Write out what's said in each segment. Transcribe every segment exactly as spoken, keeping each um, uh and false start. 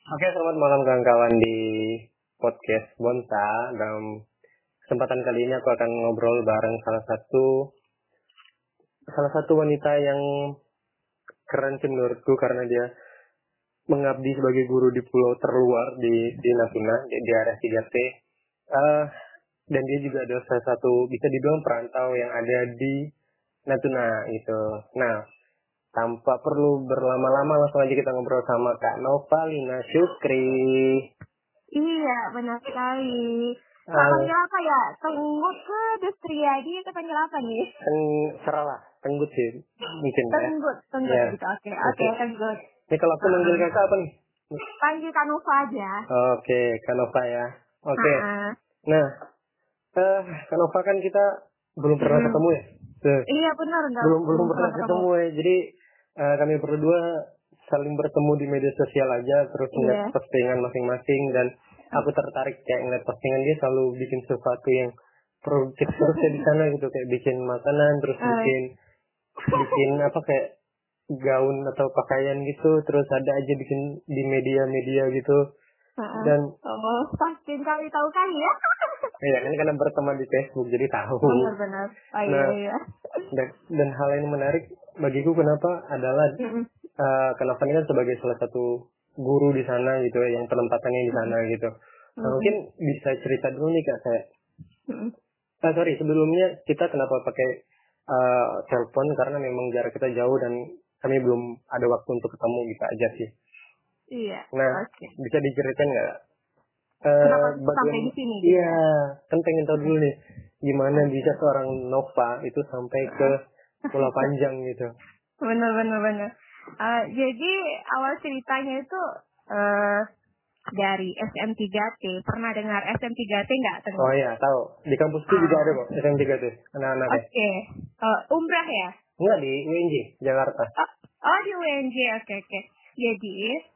Oke, selamat malam kawan-kawan di podcast Bonsa. Dalam kesempatan kali ini aku akan ngobrol bareng salah satu salah satu wanita yang keren sih menurutku karena dia mengabdi sebagai guru di pulau terluar di di Natuna di, di area tiga T. Uh, dan dia juga adalah salah satu bisa dibilang perantau yang ada di Natuna gitu. Nah, tanpa perlu berlama-lama langsung aja kita ngobrol sama Kak Novalina Syukri. Iya, benar sekali. Kak Uh, panggil apa ya? Tenggut ke Destriadi itu panggil apa nih? Teng, seralah, tenggut sih mungkin ya. Tenggut, tenggut Ya, gitu. Oke, oke, oke. tenggut. Ini kalau aku manggil Uh-uh. kakak apa nih? Panggil Kanova aja. Oke, Kanova ya. Oke. Uh-uh. Nah, eh Kanova kan kita belum pernah Mm-mm. ketemu ya. Tuh. Iya benar, enggak Belum belum belum pernah pernah ketemu. ketemu ya. Jadi eh, kami berdua saling bertemu di media sosial aja, terus ngeliat Iya. postingan masing-masing dan aku tertarik kayak ngeliat postingan dia selalu bikin sesuatu yang produktif terus ya di sana gitu, kayak bikin makanan, terus Uh. bikin bikin apa kayak gaun atau pakaian gitu, terus ada aja bikin di media-media gitu. Uh-uh. Dan oh, pasti kali tahu kali ya. ya ini karena berteman di Facebook jadi tahu. Benar-benar. Oh iya Nah, iya. dan, dan hal yang menarik bagiku kenapa adalah Mm-mm. uh, kenapa ini kan sebagai salah satu guru di sana gitu ya, yang penempatannya di sana gitu. Nah, Mm-mm. mungkin bisa cerita dulu nih Kak saya. Mm-mm. Ah, sorry, sebelumnya kita kenapa pakai uh, telepon karena memang jarak kita jauh dan kami belum ada waktu untuk ketemu gitu aja sih. Iya. Nah, Oke. bisa diceritain nggak? Kenapa Uh, sampai bagaimana? di sini gitu Iya, ya? kan pengen tahu dulu nih, gimana Oke. bisa seorang Nova itu sampai ke Pulau Panjang gitu. bener bener bener. Uh, jadi awal ceritanya itu uh, dari S M tiga T. Pernah dengar S M tiga T nggak? Oh iya, tahu. Di kampusku juga ada Ah, kok, S M tiga tuh, anak-anaknya. oke. Okay. Uh, umrah ya? Enggak, di U N J, Jakarta. Oh, oh di U N J, oke okay, oke. Okay. Jadi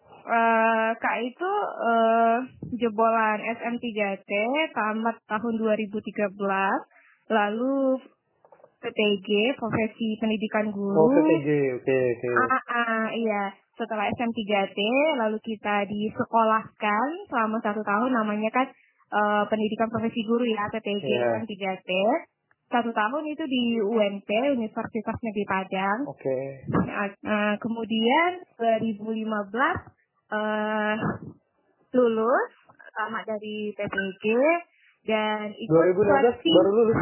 uh, Kak itu uh, jebolan S M tiga T tamat tahun dua ribu tiga belas, lalu P T G, profesi pendidikan Oh, guru. P T G, oke, oke. Ah, ah, iya. Setelah S M tiga T, lalu kita disekolahkan selama satu tahun, namanya kan eh, pendidikan profesi guru ya, P T G Iya, S M tiga T. Satu tahun itu di U N P, Universitas Negeri Padang. oke. Nah, eh, kemudian dua ribu lima belas eh, lulus, tamat dari P T G, dan ikut dua ribu enam belas seleksi. baru lulus.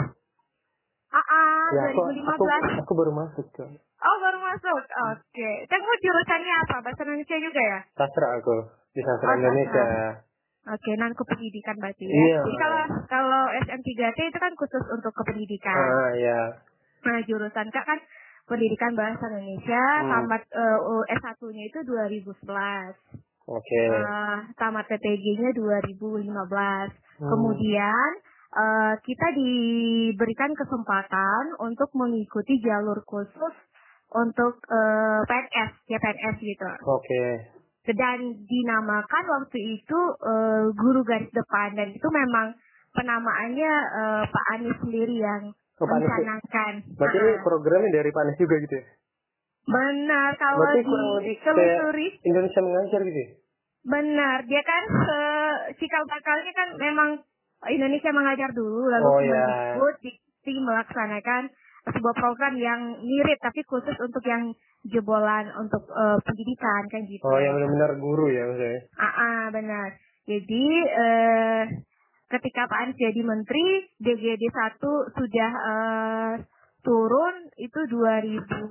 Ah, ah, Ya, aku aku dua ribu lima belas. aku baru masuk kan. Oh, baru masuk. Oke. Kamu jurusannya apa? Bahasa Indonesia juga ya? Sastra aku di sastra Oh, Indonesia. sastra. Oke, non kependidikan berarti ya. Iya. Jadi kalau kalau S M tiga T itu kan khusus untuk kependidikan. Ah, ya. Nah, jurusan Kak kan pendidikan bahasa Indonesia, Hmm. tamat uh, S satu-nya itu dua ribu sebelas. Oke. Uh, tamat P T G-nya dua ribu lima belas. Hmm. Kemudian uh, kita diberikan kesempatan untuk mengikuti jalur khusus untuk uh, P N S, ya P N S gitu. Oke. Dan dinamakan waktu itu uh, guru garis depan, dan itu memang penamaannya uh, Pak Anies sendiri yang Oh, Pak Anies. mencanangkan. Berarti ini Uh-uh. programnya dari Pak Anies juga gitu ya? Benar, kalau Berarti di kurang lebih kayak telusuri Indonesia mengajar gitu ya? benar, dia kan uh, cikal bakalnya kan memang Indonesia mengajar dulu, lalu Oh ya. Kemendikbud dikti melaksanakan sebuah program yang mirip tapi khusus untuk yang jebolan untuk uh, pendidikan kan gitu. Oh, yang benar-benar guru ya maksudnya? Ah, ah benar. Jadi eh, ketika Pak Anies jadi menteri, D G D satu sudah eh, turun itu dua ribu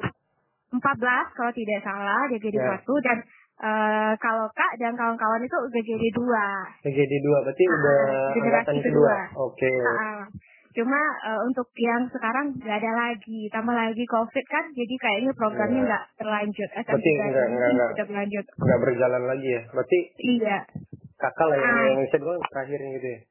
empat belas kalau tidak salah, D G D satu Ya. dan eh, kalau Kak dan kawan-kawan itu D G D dua. D G D dua berarti Ah, udah generasi angkatan kedua. kedua. Oke. Ah, ah. Cuma uh, untuk yang sekarang nggak ada lagi, tambah lagi COVID kan, jadi kayaknya programnya Ya. nggak terlanjut. S M Berarti tiga enggak enggak enggak sudah berlanjut. enggak berjalan lagi ya. Berarti Iya. kakak lah yang Ah, yang bisa bilang terakhir gitu ya.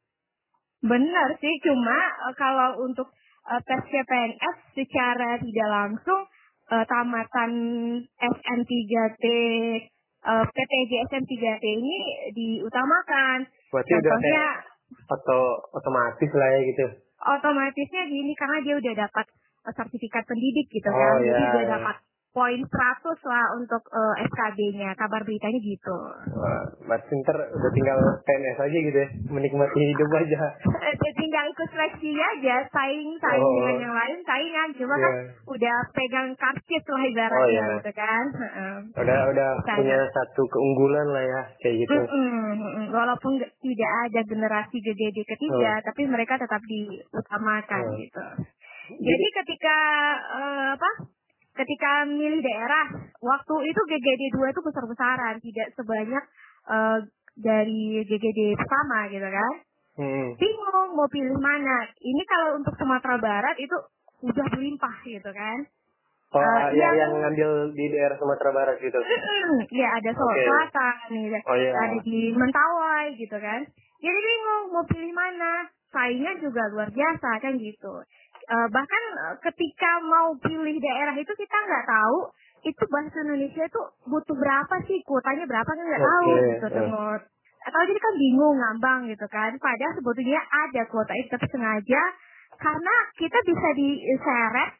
benar sih, cuma uh, kalau untuk uh, tes C P N S secara tidak langsung uh, tamatan S M tiga T, uh, P T G S M tiga T ini diutamakan. Berarti udah Contohnya kayak atau otomatis lah ya gitu. otomatisnya gini karena dia udah dapat uh, sertifikat pendidik gitu Oh kan, ya. jadi dia dapat poin seratus lah untuk uh, S K B-nya, kabar beritanya gitu. Wah, Mbak Sinter udah tinggal P N S aja gitu ya, menikmati hidup aja. Tinggal ikut seleksi aja, saing saing Oh, dengan yang lain, saingan. Cuma yeah. kan udah pegang karcis lah ibaratnya Oh, yeah. gitu kan. Uh, Udah udah punya satu keunggulan lah ya kayak gitu. Mm-mm, mm-mm. Walaupun gak- tidak ada generasi G G D ketiga, oh. tapi mereka tetap diutamakan oh. gitu. Jadi, Jadi ketika uh, apa? Ketika milih daerah, waktu itu G G D dua itu besar-besaran, tidak sebanyak uh, dari G G D pertama gitu kan. Hmm. Bingung mau pilih mana. Ini kalau untuk Sumatera Barat itu udah berlimpah gitu kan. Oh, Uh, yang, yang, yang ngambil di daerah Sumatera Barat gitu. Iya, ada Solo okay. Selatan, nih, oh, yeah. ada di Mentawai gitu kan. Jadi bingung mau pilih mana. Saingnya juga luar biasa kan gitu. Uh, bahkan uh, ketika mau pilih daerah itu kita nggak tahu itu bahasa Indonesia itu butuh berapa sih, kuotanya berapa kan nggak okay. tahu gitu Temut. Atau jadi kan bingung ngambang gitu kan. Padahal sebetulnya ada kuota itu tapi sengaja karena kita bisa diseret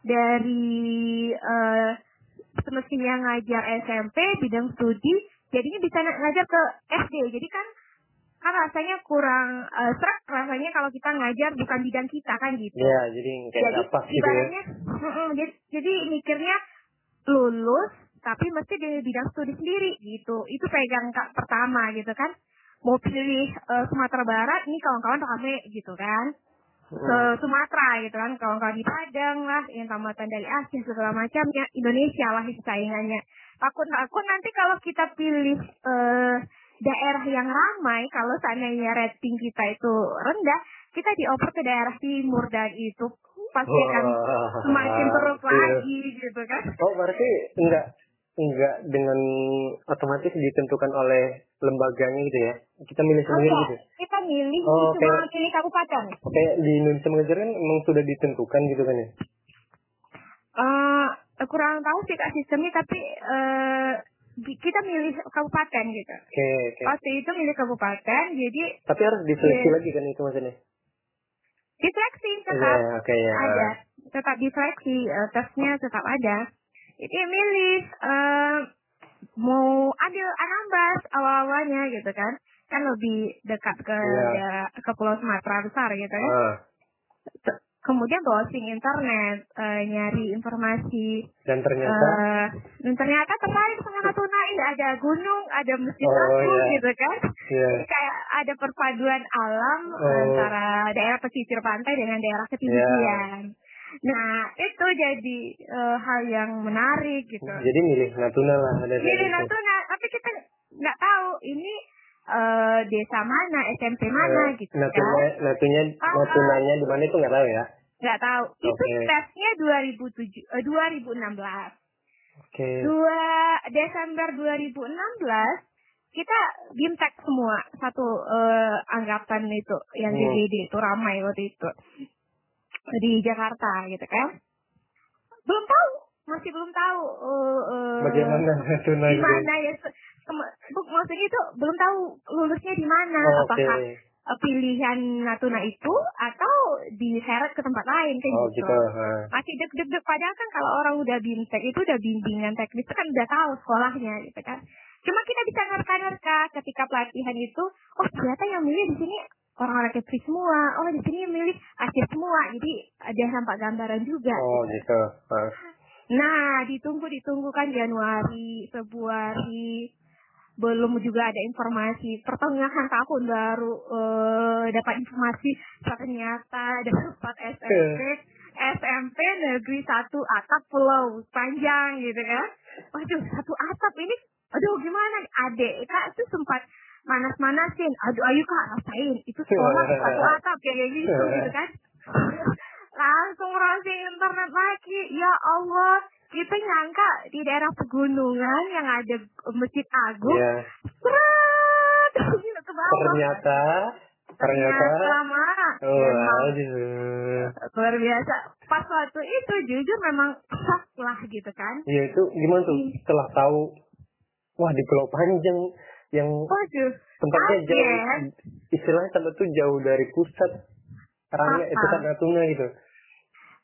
dari uh, semestinya ngajar S M P bidang studi jadinya bisa ngajar ke S D. Jadi kan kan rasanya kurang uh, serak rasanya kalau kita ngajar bukan bidang kita kan gitu. Iya, jadi kayak jadi apa gitu ibaratnya ya. uh, jadi, jadi mikirnya lulus tapi mesti di bidang studi sendiri gitu. Itu pegang kak pertama gitu kan. Mau pilih uh, Sumatera Barat ini kawan-kawan rame gitu kan. Ke Sumatera gitu kan, kawan-kawan di Padang lah, yang tamatan dari Aceh segala macamnya, Indonesia lah saingannya. Takut-takut nanti kalau kita pilih uh, daerah yang ramai, kalau seandainya rating kita itu rendah, kita dioper ke daerah timur dan itu pasti akan semakin teruk lagi gitu kan. Oh, berarti enggak enggak dengan otomatis ditentukan oleh lembaganya gitu ya? Kita milih sendiri oh, gitu? Kita milih, oh, cuma kayak, pilih kabupaten. Oke, di Indonesia Mengajar kan emang sudah ditentukan gitu kan ya? Uh, kurang tahu sih kak sistemnya, tapi uh, kita milih kabupaten gitu. Oke, okay, oke. Okay. Waktu itu milih kabupaten, jadi. Tapi harus diseleksi ya, lagi kan itu maksudnya? Diseleksi tetap yeah, okay, yeah. ada, tetap diseleksi, uh, tesnya tetap ada. Jadi milih uh, mau ambil Anambas awal-awalnya gitu kan, kan lebih dekat ke yeah. da, ke Pulau Sumatera besar gitu kan. Uh. Kemudian browsing internet, uh, nyari informasi. Dan ternyata? Uh, dan ternyata tertarik sama Natuna. Ini ada gunung, ada masjid oh, agung yeah. gitu kan. Yeah. Jadi kayak ada perpaduan alam oh. antara daerah pesisir pantai dengan daerah ketinggian. Yeah. Nah, itu jadi uh, hal yang menarik gitu. Jadi milih Natuna lah. Ada milih Natuna, tapi kita nggak tahu ini uh, desa mana, S M P mana uh, gitu Natuna, kan. Natunya, uh, Natunanya di mana itu nggak tahu ya? Nggak tahu. Okay. Itu tesnya dua ribu tujuh, uh, dua ribu enam belas. Oke. Okay. dua Desember dua ribu enam belas kita bimtek semua satu uh, angkatan itu yang hmm. G G D itu ramai waktu itu di Jakarta gitu kan. Belum tahu, masih belum tahu uh, uh, bagaimana Natuna di mana ya. Maksudnya itu belum tahu lulusnya di mana, oh, apakah okay. pilihan Natuna itu atau diseret ke tempat lain kan oh, gitu. gitu. Masih deg-deg padahal kan kalau orang udah bimtek itu udah bimbingan teknis itu kan udah tahu sekolahnya gitu kan. Cuma kita bisa nerka-nerka ketika pelatihan itu, oh ternyata yang milih di sini orang-orang Kepri semua, oh di sini yang milih Aceh semua, jadi ada nampak gambaran juga. Oh gitu. gitu. Nah ditunggu-ditunggu kan Januari, Februari. Belum juga ada informasi, pertengahan tahun baru uh, dapat informasi ternyata dapat S M P S M P negeri satu atap pulau panjang gitu kan. Waduh, satu atap ini aduh gimana adek kak itu sempat manas-manasin, aduh ayo kak rasain itu sekolah satu atap kayak gitu gitu kan. Langsung browsing internet lagi, ya Allah, kita nyangka di daerah pegunungan yang ada masjid agung, yeah. Seret, ke bawah. Ternyata, ternyata, ternyata mah, oh, memang aduh. luar biasa. Pas waktu itu jujur memang shock lah gitu kan. Iya itu gimana tuh setelah tahu, wah di Pulau Panjang yang waduh, tempatnya Aceh. jauh, istilahnya tempat tuh jauh dari pusat. Orangnya itu kan Natuna gitu.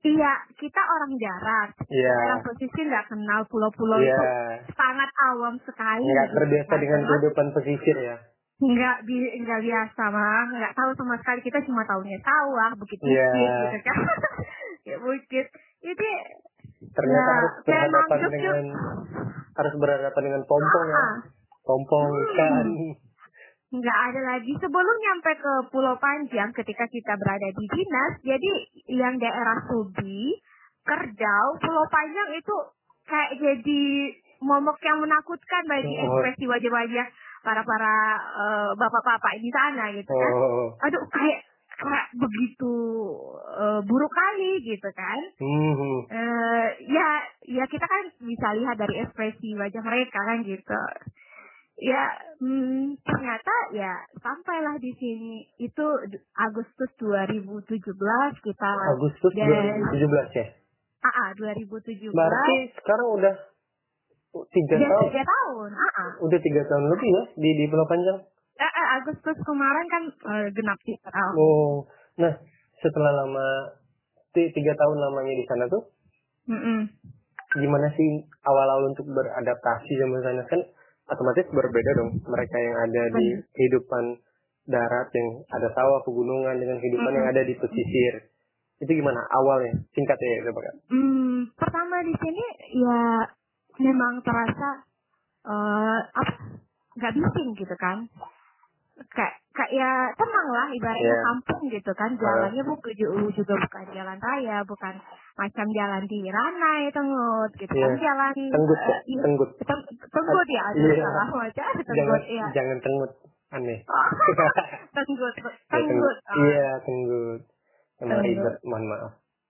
Iya, kita orang darat. Iya. Daerah pesisir nggak kenal pulau-pulau Iya. itu sangat awam sekali. Nggak gitu terbiasa kan. dengan Karena kehidupan pesisir ya. nggak bi- nggak biasa mah, nggak tahu sama sekali. Kita cuma tahunya sawah, bukit-bukit Iya. gitu kan. Ya bukit. Jadi Ternyata ya harus kayak berhadapan mangrove juga. dengan harus berhadapan dengan pompong ya. Ah, Pompong ikan. hmm. Nggak ada lagi sebelum nyampe ke Pulau Panjang ketika kita berada di dinas. Jadi yang daerah Subi, Kerdau, Pulau Panjang itu kayak jadi momok yang menakutkan bagi Oh. ekspresi wajah-wajah para para uh, bapak-bapak di sana gitu kan. Oh. Aduh kayak kayak begitu uh, buruk kali gitu kan. Hmm. Uh, ya ya kita kan bisa lihat dari ekspresi wajah mereka kan gitu. Ya, hmm, ternyata ya sampailah di sini itu Agustus dua ribu tujuh belas kita Agustus dan dua ribu tujuh belas ya. ah ah, dua ribu tujuh belas. Berarti sekarang udah tiga Udah tahun. tiga tahun. Ah ah. Udah tiga tahun lebih ya di di Pulau Panjang. Eh, eh, Agustus kemarin kan uh, genap tiga tahun. Oh, nah setelah lama ti- tiga tahun lamanya di sana tuh, Mm-mm. gimana sih awal-awal untuk beradaptasi sama sana kan? Otomatis berbeda dong mereka yang ada di Benar. kehidupan darat yang ada sawah pegunungan dengan kehidupan Mm-mm. yang ada di pesisir. Itu gimana awalnya? Singkat ya, coba Kak. Hmm, pertama di sini ya memang terasa uh, apa nggak bising gitu kan. Kayak kayak ya tenang lah ibaratnya Yeah. kampung gitu kan, jalannya Uh. bukan juga bukan jalan raya, bukan macam jalan di Ranai Tenggut gitu Yeah. kan, jalan Tenggut uh, ya, tenggut. teng- Tenggut ya, aduh Iya. salah wajah Jangan Tenggut ya. jangan tenggut, aneh. Tenggut Ya, Tenggut tenggut. oh. Iya, tenggut. Sama Tenggut ribet, mohon maaf.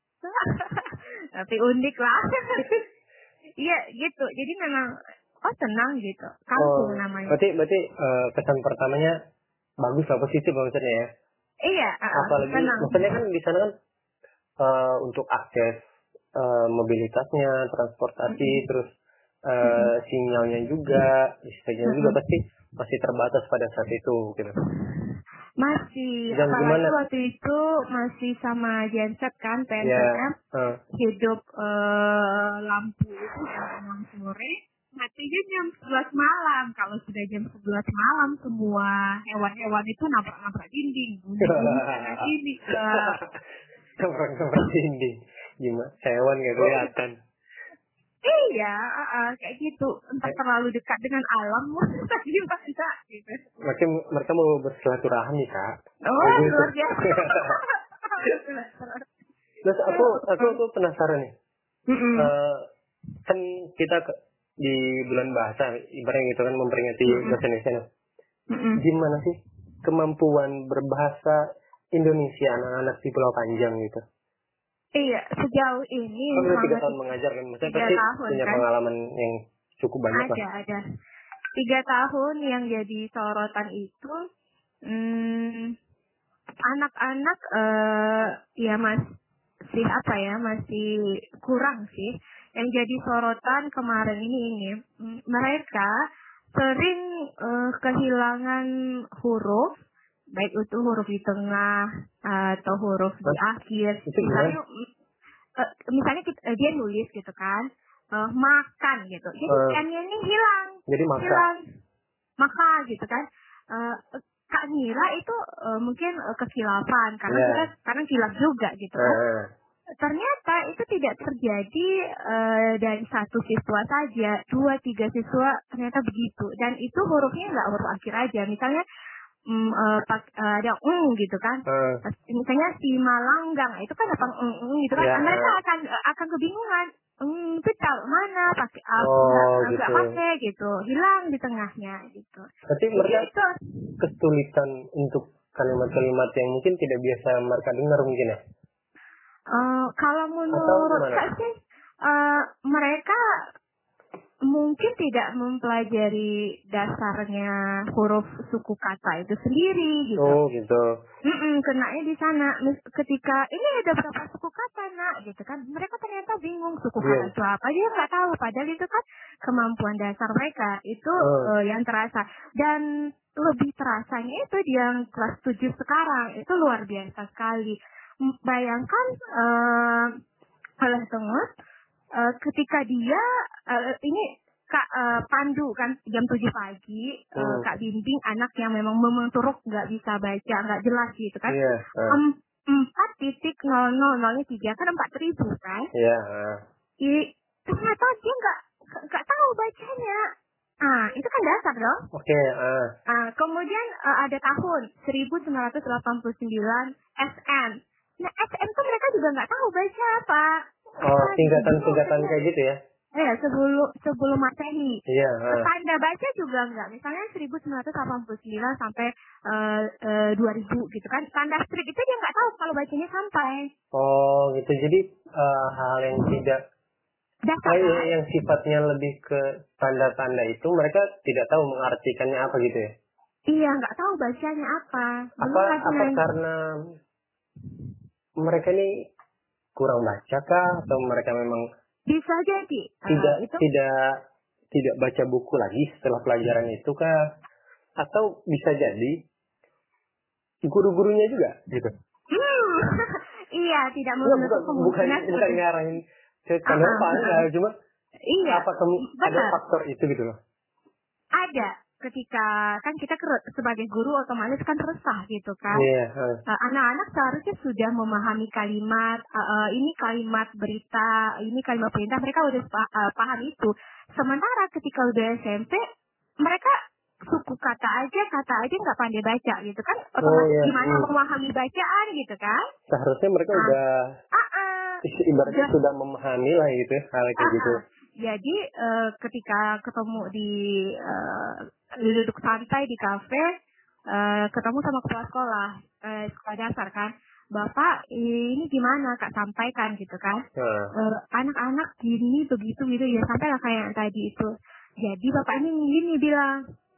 tapi unik lah. Iya gitu, jadi memang oh tenang gitu, kampung Oh, namanya. berarti berarti uh, kesan pertamanya bagus lah, positif maksudnya ya. Iya, uh, Apalagi tenang. maksudnya kan di sana kan uh, untuk akses uh, mobilitasnya, transportasi, Mm-mm. terus uh, Mm-mm. sinyalnya juga, listriknya juga Mm-mm. pasti masih terbatas pada saat itu gitu. Masih, Dan apalagi gimana? waktu itu masih sama genset kan, Ya, P N P M, uh, hidup eh, lampu itu jam enam sore, matinya jam sebelas malam. Kalau sudah jam sebelas malam, semua hewan-hewan itu nabrak-nabrak dinding, bunyi-bunyi sana sini. Uh, Nabrak-nabrak dinding. Gimana? Hewan nggak kelihatan. iya, uh, uh, kayak gitu. Entah terlalu dekat dengan alam, entah gimana gitu. Mereka mereka mau bersilaturahmi Kak. Oh, Gitu. luar biasa. Terus aku aku aku penasaran nih. Mm-mm. Uh, kan kita ke, di bulan bahasa ibaratnya gitu kan memperingati Mm-mm. bahasa Indonesia. Mm-mm. Gimana sih kemampuan berbahasa Indonesia anak-anak di Pulau Panjang gitu? Iya, sejauh ini Kan udah tiga selama tahun mengajar kan, maksudnya tiga pasti tahun punya kan, pengalaman yang cukup banyak lah. ada ada tiga tahun yang jadi sorotan itu, hmm, anak-anak eh ya masih apa ya masih kurang sih. Yang jadi sorotan kemarin ini ini mm, mereka sering eh, kehilangan huruf, baik itu huruf di tengah atau huruf di Hah? akhir. Itu Misalnya gimana? eh, misalnya kita, eh, dia nulis gitu kan, eh, makan gitu. Jadi Uh, n-nya ini hilang, jadi maka. hilang maka gitu kan. Eh, Kak Mira itu eh, mungkin eh, kekilapan karena Yeah. kita sekarang kilaf juga gitu kan. Uh, Ternyata itu tidak terjadi eh, dari satu siswa saja, dua tiga siswa ternyata begitu, dan itu hurufnya nggak huruf akhir aja. Misalnya mm, eh, pak, eh, ada ung gitu kan, uh, Terus, misalnya si Malanggang itu kan apa ung ung gitu kan, ya. mereka Uh. akan akan kebingungan, hmm, itu tahu mana pakai apa, nggak Oh nggak gitu. pakai gitu, hilang di tengahnya gitu. Berarti Jadi mereka itu kesulitan untuk kalimat-kalimat yang mungkin tidak biasa mereka dengar mungkin ya? eh, kalau Atau menurut gimana? saya sih eh, mereka mungkin tidak mempelajari dasarnya huruf suku kata itu sendiri gitu. Oh gitu. Mm-mm, kenanya di sana. Mis- Ketika ini ada berapa suku kata nak, gitu kan? Mereka ternyata bingung suku Iya. kata itu apa. Dia nggak tahu. Padahal itu kan kemampuan dasar mereka itu Oh. eh, yang terasa. Dan lebih terasanya itu di yang kelas tujuh sekarang itu luar biasa sekali. M- Bayangkan. Eh, oleh Tengus, uh, ketika dia uh, ini Kak uh, Pandu kan jam tujuh pagi, uh, Hmm. Kak bimbing anak yang memang memang turuk nggak bisa baca, nggak jelas gitu kan. Iya. Uh. Em, empat titik nol nol nolnya tiga kan empat ribu kan. Iya. Uh. I, ternyata dia nggak nggak tahu bacanya. Ah, itu kan dasar dong. Oke. Okay, uh. Ah, kemudian uh, ada tahun seribu sembilan ratus delapan puluh sembilan S M. Nah, S M tuh mereka juga nggak tahu baca apa. Oh, tingkatan-tingkatan kayak gitu ya? Eh, sebelum sebelum Masehi. Iya. Uh. Tanda baca juga enggak. Misalnya seribu sembilan ratus delapan puluh sembilan sampai uh, uh, dua ribu gitu kan. Tanda strip itu dia nggak tahu kalau bacanya sampai. Oh, gitu. Jadi uh, hal yang tidak dasar oh, kan? yang sifatnya lebih ke tanda-tanda itu mereka tidak tahu mengartikannya apa gitu ya? Iya, nggak tahu bacanya apa. Apa apa karena mereka ini kurang baca kah atau mereka memang bisa jadi tidak uh, itu tidak tidak baca buku lagi setelah pelajaran itu kah? Atau bisa jadi guru-gurunya juga gitu? hmm, iya, tidak Bukan menutup bukan bukan, kemungkinan bukan seperti ngarahin uh, tanda uh, apa enggak, uh, cuma iya, apa kamu ada benar. faktor itu gitu loh? Ada. Ketika kan kita sebagai guru otomatis kan resah gitu kan. Yeah, uh. Uh, anak-anak seharusnya sudah memahami kalimat uh, uh, ini kalimat berita, ini kalimat perintah, mereka udah uh, paham itu. Sementara ketika udah S M P mereka suku kata aja kata aja nggak pandai baca gitu kan, otomatis oh, yeah. gimana hmm. memahami bacaan gitu kan. Seharusnya mereka uh, udah uh, uh, ibaratnya udah, sudah memahami lah gitu hal kayak uh, gitu. uh, jadi uh, ketika ketemu di uh, duduk santai di kafe, uh, ketemu sama kepala sekolah, uh, sekolah dasar kan, Bapak ini gimana Kak, sampaikan gitu kan, Nah. uh, anak-anak gini begitu gitu ya, sampailah kayak yang tadi itu. Jadi Bapak ini gini bilang,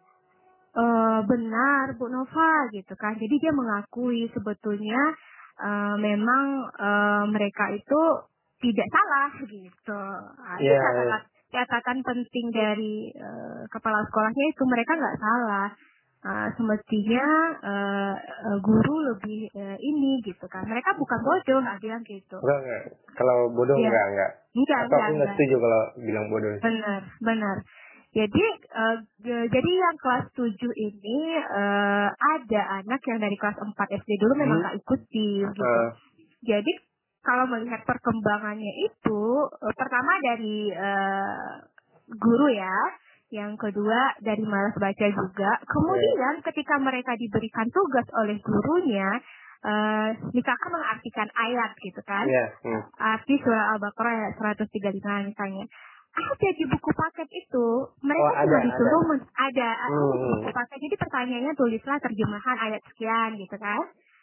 e, benar Bu Nova gitu kan, jadi dia mengakui sebetulnya uh, memang uh, mereka itu tidak salah gitu. Nah, itu yeah, catatan, yeah. catatan penting dari uh, kepala sekolahnya itu, mereka nggak salah. Uh, semestinya uh, uh, guru lebih uh, ini gitu kan. Mereka bukan bodoh, ah, bilang gitu. Enggak, enggak. Kalau bodoh ya. enggak, enggak. Enggak, Atau enggak, aku enggak enggak. setuju kalau bilang bodoh. Benar, benar. Jadi uh, jadi yang kelas tujuh ini uh, ada anak yang dari kelas empat S D dulu memang hmm. gak ikuti gitu. Uh. Jadi kalau melihat perkembangannya itu, uh, pertama dari uh, guru ya, yang kedua dari malas baca juga. Kemudian yeah. ketika mereka diberikan tugas oleh gurunya, uh, misalkan mengartikan ayat gitu kan, yeah. hmm. arti surah Al-Baqarah ayat seratus tiga puluh lima misalnya. Ada di buku paket itu, mereka oh, cuma ada, disuruh ada, men- ada, ada hmm. di buku paket. Jadi pertanyaannya tulislah terjemahan ayat sekian gitu kan.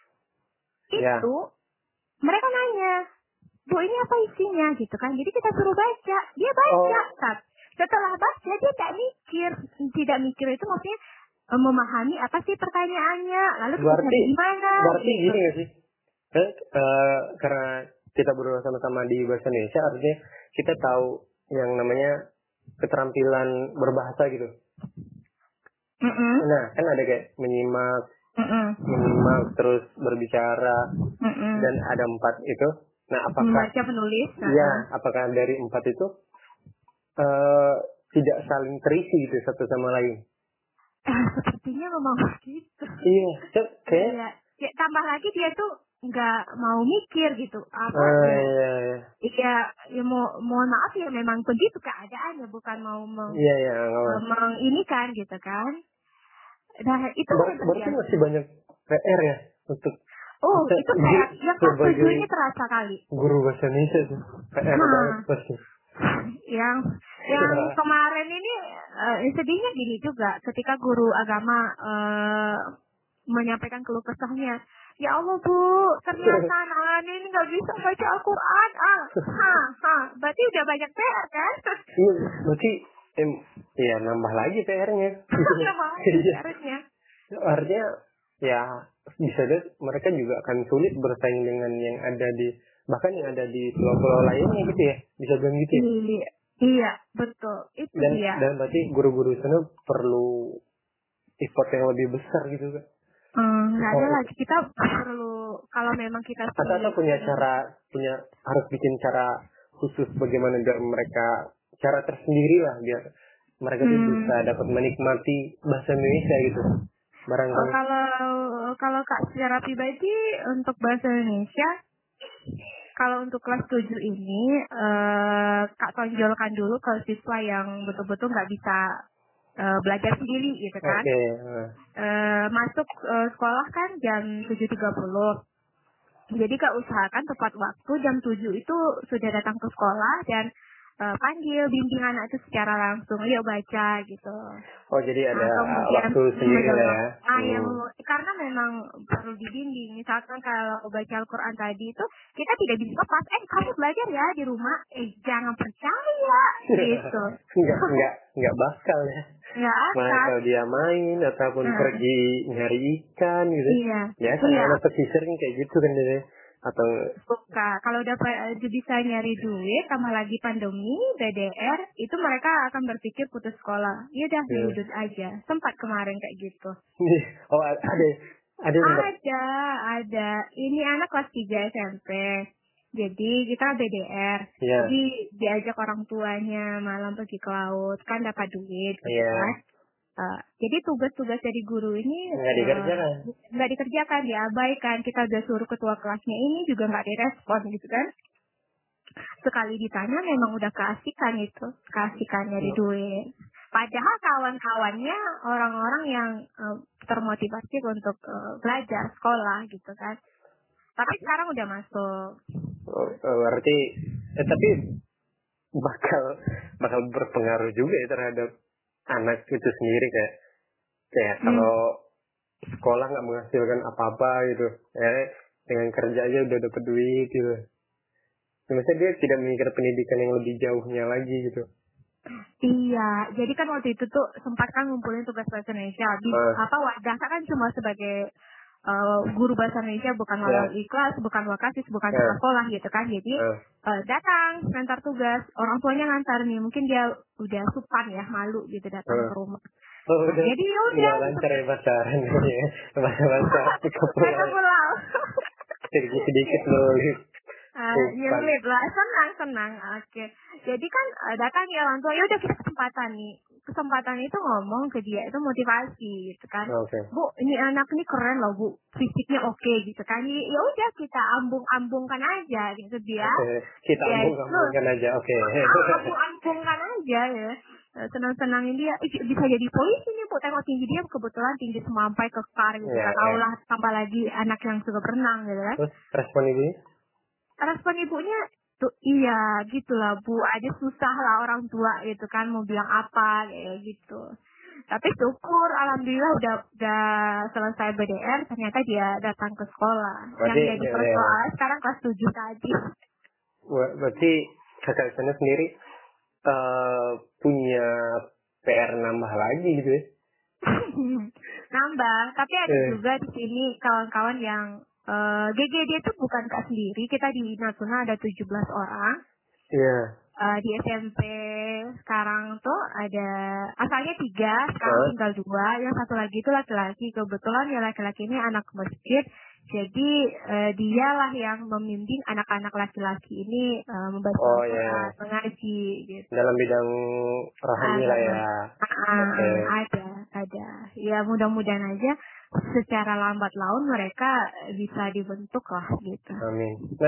Yeah. Itu mereka nanya, Bu ini apa isinya gitu kan. Jadi kita suruh baca, dia baca oh. kan. Setelah baca dia tidak mikir, tidak mikir itu maksudnya uh, memahami apa sih pertanyaannya, lalu berarti gimana? Berarti gitu. Gini nggak sih? Eh, uh, karena kita berdua sama-sama di bahasa Indonesia, artinya kita tahu yang namanya keterampilan berbahasa gitu. Mm-mm. Nah, kan ada kayak menyimak, Mm-mm. menyimak terus berbicara, Mm-mm. dan ada empat itu. Nah, apakah membaca penulis? Iya, apakah dari empat itu uh, tidak saling terisi gitu satu sama lain? Eh, sepertinya memang begitu. Iya, kayak. Iya. Ya, tambah lagi dia tuh nggak mau mikir gitu. Apa uh, ya? Iya, iya. Iya, ya mau mohon maaf ya, memang begitu keadaannya, bukan mau meng, iya, iya, uh, menginikan gitu kan. Nah, itu Ber yang berarti terjadi. masih banyak P R ya untuk Oh, kita, itu P R yang kelas tujuh ini terasa kali. Guru bahasa Indonesia tuh P R nah, banget pasti. Yang yang kemarin ini uh, sedihnya gini juga, ketika guru agama uh, menyampaikan keluh kesahnya. Ya Allah Bu, ternyata anak ini nggak bisa baca Al-Quran. Ah, ha, ha. Berarti udah banyak P R kan? Iya, berarti em, ya nambah lagi P R-nya. Nambah lagi P R-nya. Artinya ya bisa deh mereka juga akan sulit bersaing dengan yang ada di bahkan yang ada di pulau-pulau lainnya gitu ya, bisa bilang gitu ya. Iya, iya betul itu dan, dia. Dan berarti guru-guru sana perlu effort yang lebih besar gitu kan. Hmm, nggak ada lagi, kita perlu kalau memang kita atau, atau punya cara punya harus bikin cara khusus bagaimana biar mereka cara tersendiri lah biar mereka tuh hmm. bisa dapat menikmati bahasa Indonesia gitu barangkali. Oh, kalau kalau Kak secara pribadi untuk bahasa Indonesia, kalau untuk kelas tujuh ini uh, Kak tonjolkan dulu ke siswa yang betul-betul nggak bisa uh, belajar sendiri gitu kan. Okay. Uh, masuk uh, sekolah kan jam tujuh tiga puluh. Jadi Kak usahakan tepat waktu jam tujuh itu sudah datang ke sekolah dan uh, panggil bimbing anak itu secara langsung, yuk baca gitu. Oh jadi ada nah, waktu sendiri lah ya. Nah, hmm. yang karena memang perlu dibimbing. Misalkan kalau baca Al-Quran tadi itu kita tidak bisa lepas. Eh kamu belajar ya di rumah. Eh jangan percaya gitu. Enggak enggak enggak bakal ya. Nggak Mana asal. kalau dia main ataupun Nah. pergi nyari ikan gitu. Iya. Ya kan Iya. anak pesisir kan kayak gitu kan deh. Atau suka kalau dapat bisa nyari duit tambah lagi pandemi B D R itu mereka akan berpikir putus sekolah. Ya udah ya. nyudut aja. Sempat kemarin kayak gitu. Oh ada ada ada ada ini anak kelas tiga S M P. Jadi kita B D R. Ya. Jadi diajak orang tuanya malam pergi ke laut kan dapat duit gitu ya. kan. Uh, jadi tugas-tugas dari guru ini nggak dikerjakan, uh, nggak dikerjakan, diabaikan. Kita udah suruh ketua kelasnya ini juga nggak direspon gitu kan. Sekali ditanya memang udah keasikan itu, keasikan nyari duit. Padahal kawan-kawannya orang-orang yang uh, termotivasi untuk uh, belajar sekolah gitu kan. Tapi sekarang udah masuk. Oh, berarti, eh, tapi bakal bakal berpengaruh juga ya terhadap anak itu sendiri kayak kayak hmm. kalau sekolah nggak menghasilkan apa-apa gitu, ya dengan kerja aja udah dapet duit gitu. Maksudnya dia tidak memikir pendidikan yang lebih jauhnya lagi gitu. Iya, jadi kan waktu itu tuh sempat kan ngumpulin tugas bahasa Indonesia. Di, uh. apa wadah kan cuma sebagai uh, guru bahasa Indonesia, bukan walau yeah. ikhlas, bukan wakasis, bukan yeah. sekolah gitu kan. Jadi uh. Uh, datang ngantar tugas, orang tuanya ngantar nih, mungkin dia udah supan ya, malu gitu datang uh. ke rumah. Oh, nah, udah, jadi udah. Udah lancar ya pacaran ya, bahasa-bahasa Bahasa pulau. Sedikit-sedikit nulis. Uh, nyelip lah, senang senang. Oke, okay. Jadi kan uh, datang ya orang tua, ya udah kita kesempatan nih, kesempatan itu ngomong ke dia itu motivasi gitu kan. Okay. Bu, ini anak ini keren loh bu, fisiknya oke okay, gitu kan. Ya udah kita ambung-ambungkan aja gitu dia. Okay. Kita ya, ambung-ambungkan aja, oke. Okay. Ambung-ambungkan aja ya. Senang-senangin dia, eh, bisa jadi polisi nih bu, tengok tinggi dia kebetulan tinggi semampai kekar gitu. Yeah, tahu lah yeah. Tambah lagi anak yang suka berenang gitu kan. Terus respon ini? Respon ibunya tuh iya gitulah bu, aja susah lah orang tua gitu kan mau bilang apa kayak gitu. Tapi syukur alhamdulillah udah udah selesai B D R ternyata dia datang ke sekolah. Berarti, yang jadi persoalan ya. Sekarang kelas tujuh tadi. Berarti kakak sana sendiri uh, punya P R nambah lagi gitu ya? Nambah, tapi ada eh. juga di sini kawan-kawan yang Uh, G G D itu bukan Kak sendiri, kita di Natuna ada tujuh belas orang. Iya. Yeah. Uh, di S M P sekarang tuh ada asalnya tiga, sekarang huh? tinggal dua. Yang satu lagi itu laki-laki. Kebetulan ya laki-laki ini anak masjid. Jadi uh, dialah yang membimbing anak-anak laki-laki ini uh, membaca oh, Al-Quran, yeah. mengaji gitu. Dalam bidang rohani lah ya. Uh, okay. Ada, ada. Ya mudah-mudahan aja secara lambat laun mereka bisa dibentuk lah gitu. Amin.